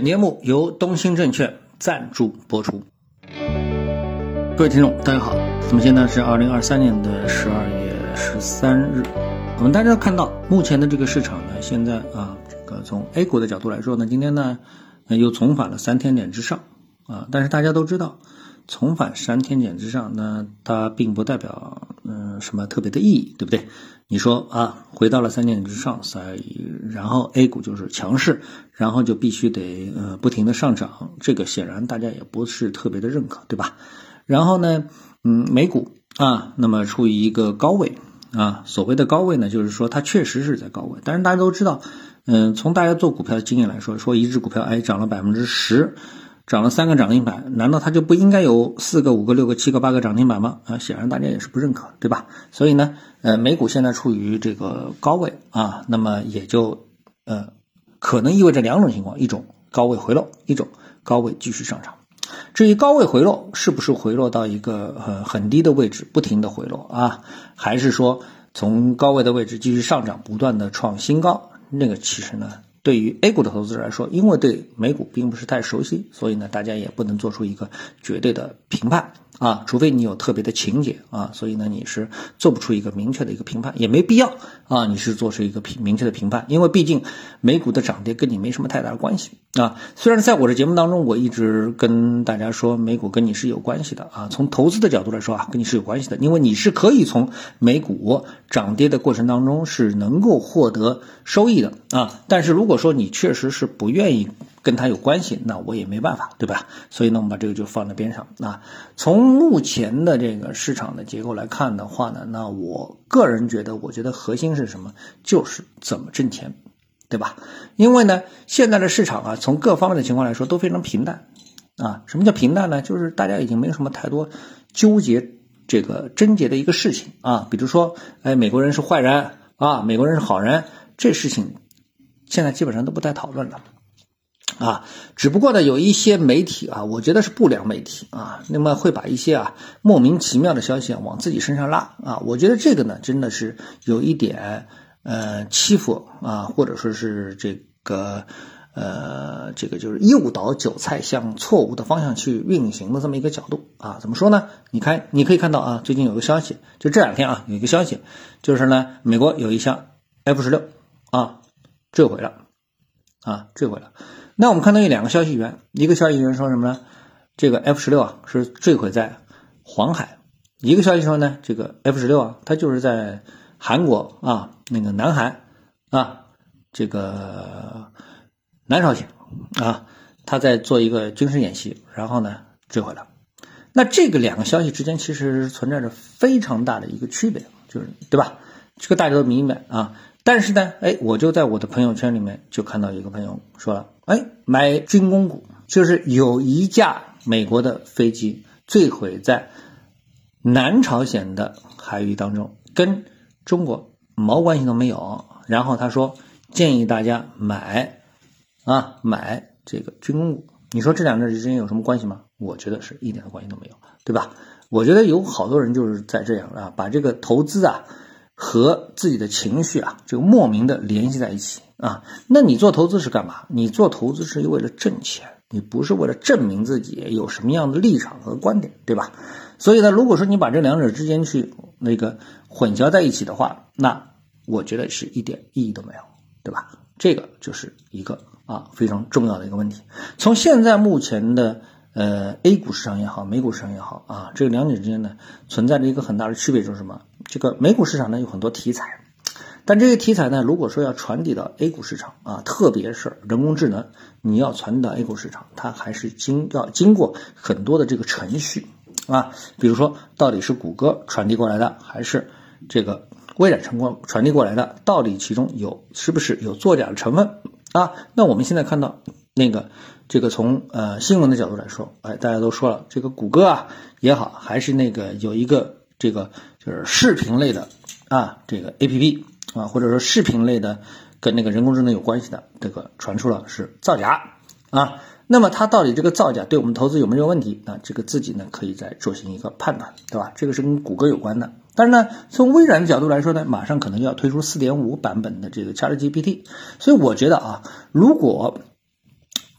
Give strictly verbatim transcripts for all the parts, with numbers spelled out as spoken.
节目由东兴证券赞助播出。各位听众大家好，那么现在是二零二三年的十二月十三日。我们大家都看到目前的这个市场呢，现在啊，这个从 A 股的角度来说呢，今天呢又重返了三千点之上啊，但是大家都知道，重返三千点之上呢，它并不代表嗯、呃、什么特别的意义，对不对？你说啊，回到了三千点之上，所以然后 A 股就是强势，然后就必须得呃不停的上涨，这个显然大家也不是特别的认可，对吧？然后呢，嗯，美股啊，那么处于一个高位啊，所谓的高位呢，就是说它确实是在高位，但是大家都知道，嗯、呃，从大家做股票的经验来说，说一只股票哎涨了百分之十。涨了三个涨停板，难道它就不应该有四个、五个、六个、七个、八个涨停板吗？啊，显然大家也是不认可，对吧？所以呢，呃，美股现在处于这个高位啊，那么也就呃，可能意味着两种情况：一种高位回落，一种高位继续上涨。至于高位回落是不是回落到一个呃很低的位置，不停的回落啊，还是说从高位的位置继续上涨，不断的创新高？那个其实呢，对于 A 股的投资者来说，因为对美股并不是太熟悉，所以呢，大家也不能做出一个绝对的评判啊，除非你有特别的情节啊，所以呢，你是做不出一个明确的一个评判，也没必要啊，你是做出一个评明确的评判，因为毕竟美股的涨跌跟你没什么太大的关系啊。虽然在我的节目当中，我一直跟大家说美股跟你是有关系的啊，从投资的角度来说啊，跟你是有关系的，因为你是可以从美股涨跌的过程当中是能够获得收益的啊，但是如果说你确实是不愿意跟它有关系，那我也没办法，对吧？所以呢，我们把这个就放在边上啊。从目前的这个市场的结构来看的话呢，那我个人觉得，我觉得核心是什么？就是怎么挣钱，对吧？因为呢，现在的市场啊，从各方面的情况来说都非常平淡啊。什么叫平淡呢？就是大家已经没有什么太多纠结这个症结的一个事情啊。比如说，哎，美国人是坏人啊，美国人是好人，这事情现在基本上都不再讨论了啊，只不过呢，有一些媒体啊，我觉得是不良媒体啊，那么会把一些啊莫名其妙的消息啊往自己身上拉啊，我觉得这个呢真的是有一点呃欺负啊，或者说是这个呃这个就是诱导韭菜向错误的方向去运行的这么一个角度啊。怎么说呢？你看，你可以看到啊，最近有个消息，就这两天啊有一个消息，就是呢美国有一项 F 十六 啊坠毁了啊坠毁了。那我们看到有两个消息源，一个消息源说什么呢？这个 F 十六 啊是坠毁在黄海，一个消息说呢，这个 F 十六 啊它就是在韩国啊那个南韩啊这个南朝鲜啊，它在做一个军事演习，然后呢坠毁了。那这个两个消息之间其实存在着非常大的一个区别，就是对吧？这个大家都明白啊。但是呢，哎，我就在我的朋友圈里面就看到一个朋友说了，哎，买军工股，就是有一架美国的飞机坠毁在南朝鲜的海域当中，跟中国毛关系都没有。然后他说建议大家买啊买这个军工股。你说这两者之间有什么关系吗？我觉得是一点的关系都没有，对吧？我觉得有好多人就是在这样啊，把这个投资啊和自己的情绪啊，这个莫名的联系在一起啊。那你做投资是干嘛？你做投资是为了挣钱，你不是为了证明自己有什么样的立场和观点，对吧？所以呢，如果说你把这两者之间去那个混淆在一起的话，那我觉得是一点意义都没有，对吧？这个就是一个啊非常重要的一个问题。从现在目前的呃 A 股市场也好，美股市场也好啊，这个两者之间呢存在着一个很大的区别，就是什么？这个美股市场呢有很多题材，但这些题材呢，如果说要传递到 A 股市场啊，特别是人工智能，你要传递到 A 股市场，它还是经要经过很多的这个程序啊，比如说到底是谷歌传递过来的，还是这个微软成功传递过来的，到底其中有是不是有作假的成分啊？那我们现在看到那个这个从呃新闻的角度来说，哎，大家都说了，这个谷歌啊也好，还是那个有一个这个就是视频类的啊这个 A P P 啊，或者说视频类的跟那个人工智能有关系的，这个传出了是造假啊。那么它到底这个造假对我们投资有没有问题？那这个自己呢可以再做行一个判断，对吧？这个是跟谷歌有关的。但是呢，从微软的角度来说呢，马上可能就要推出 四点五 版本的这个 ChatGPT， 所以我觉得啊，如果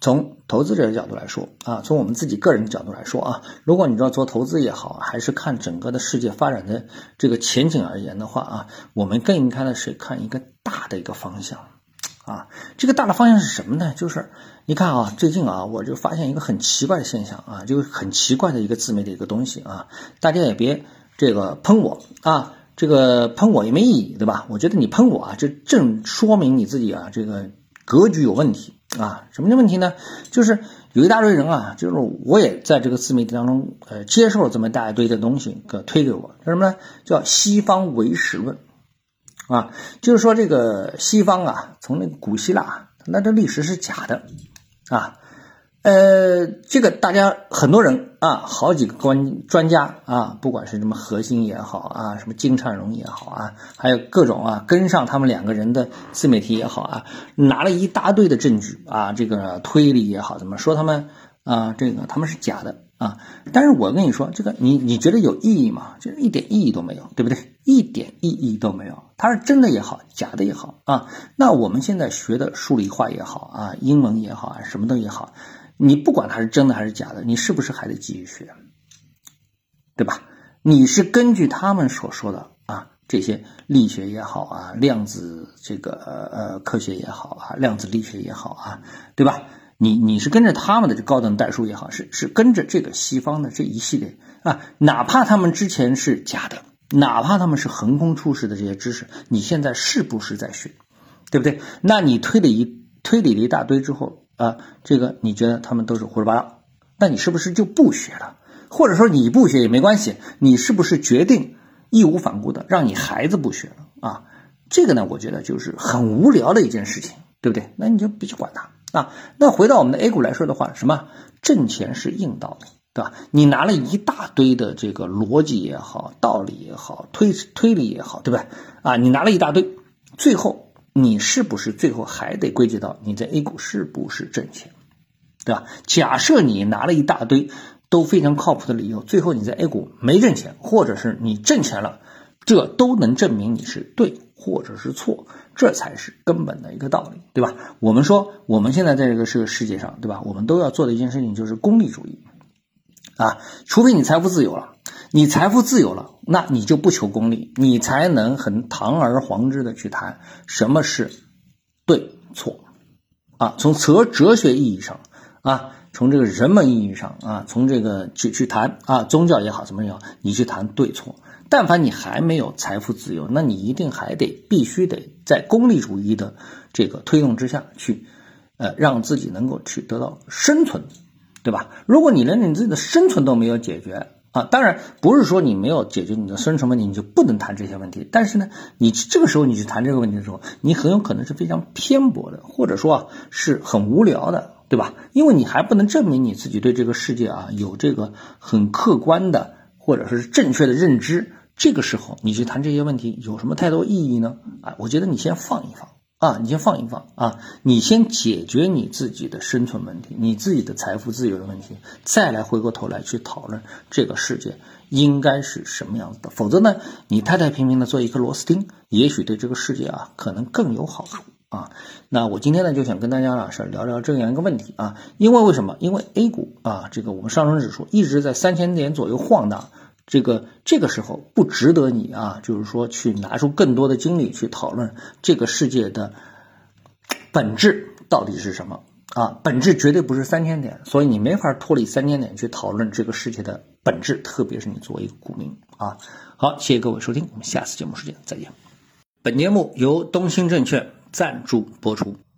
从投资者的角度来说啊，从我们自己个人的角度来说啊，如果你知道做投资也好，还是看整个的世界发展的这个前景而言的话啊，我们更应该的是看一个大的一个方向啊。这个大的方向是什么呢？就是你看啊，最近啊，我就发现一个很奇怪的现象啊，就是很奇怪的一个自媒体的一个东西啊，大家也别这个喷我啊，这个喷我也没意义，对吧？我觉得你喷我啊，这正说明你自己啊，这个格局有问题啊。什么叫问题呢？就是有一大堆人啊，就是我也在这个自媒体当中呃接受了这么大堆的东西给推给我，叫什么呢？叫西方唯史论啊，就是说这个西方啊，从那个古希腊，那这历史是假的啊。呃，这个大家很多人啊，好几个专专家啊，不管是什么核心也好啊，什么金灿荣也好啊，还有各种啊跟上他们两个人的自媒体也好啊，拿了一大堆的证据啊，这个推理也好，怎么说他们啊，这个他们是假的啊。但是我跟你说，这个你你觉得有意义吗？就是一点意义都没有，对不对？一点意义都没有，它是真的也好，假的也好啊。那我们现在学的数理化也好啊，英文也好啊，什么都也好。你不管它是真的还是假的，你是不是还得继续学，对吧？你是根据他们所说的啊，这些力学也好啊，量子这个呃科学也好啊，量子力学也好啊，对吧？你你是跟着他们的这高等代数也好，是是跟着这个西方的这一系列啊，哪怕他们之前是假的，哪怕他们是横空出世的这些知识，你现在是不是在学，对不对？那你推了一推理了一大堆之后。啊，这个你觉得他们都是胡说八道，那你是不是就不学了？或者说你不学也没关系，你是不是决定义无反顾的让你孩子不学了啊？这个呢，我觉得就是很无聊的一件事情，对不对？那你就别去管它啊。那回到我们的 A 股来说的话，什么挣钱是硬道理，对吧？你拿了一大堆的这个逻辑也好，道理也好，推推理也好，对吧？啊，你拿了一大堆，最后。你是不是最后还得归结到你在 A 股是不是挣钱，对吧？假设你拿了一大堆都非常靠谱的理由，最后你在 A 股没挣钱，或者是你挣钱了，这都能证明你是对或者是错，这才是根本的一个道理，对吧？我们说我们现在在这个世界上，对吧？我们都要做的一件事情就是功利主义啊，除非你财富自由了。你财富自由了，那你就不求功利，你才能很堂而皇之的去谈什么是对错啊。从哲哲学意义上啊，从这个人文意义上啊，从这个去去谈啊，宗教也好，怎么样，你去谈对错。但凡你还没有财富自由，那你一定还得必须得在功利主义的这个推动之下去，呃，让自己能够去得到生存，对吧？如果你连你自己的生存都没有解决。啊，当然不是说你没有解决你的生存问题，你就不能谈这些问题。但是呢，你这个时候你去谈这个问题的时候，你很有可能是非常偏颇的，或者说啊是很无聊的，对吧？因为你还不能证明你自己对这个世界啊有这个很客观的或者是正确的认知。这个时候你去谈这些问题有什么太多意义呢？啊，我觉得你先放一放。啊，你先放一放啊，你先解决你自己的生存问题，你自己的财富自由的问题，再来回过头来去讨论这个世界应该是什么样子的。否则呢，你太太平平的做一颗螺丝钉，也许对这个世界啊可能更有好处啊。那我今天呢就想跟大家啊是聊聊这样一个问题啊，因为为什么？因为 A 股啊，这个我们上证指数一直在三千点左右晃荡。这个这个时候不值得你啊，就是说去拿出更多的精力去讨论这个世界的本质到底是什么啊？本质绝对不是三千点，所以你没法脱离三千点去讨论这个世界的本质，特别是你作为一个股民啊。好，谢谢各位收听，我们下次节目时间再见。本节目由东兴证券赞助播出。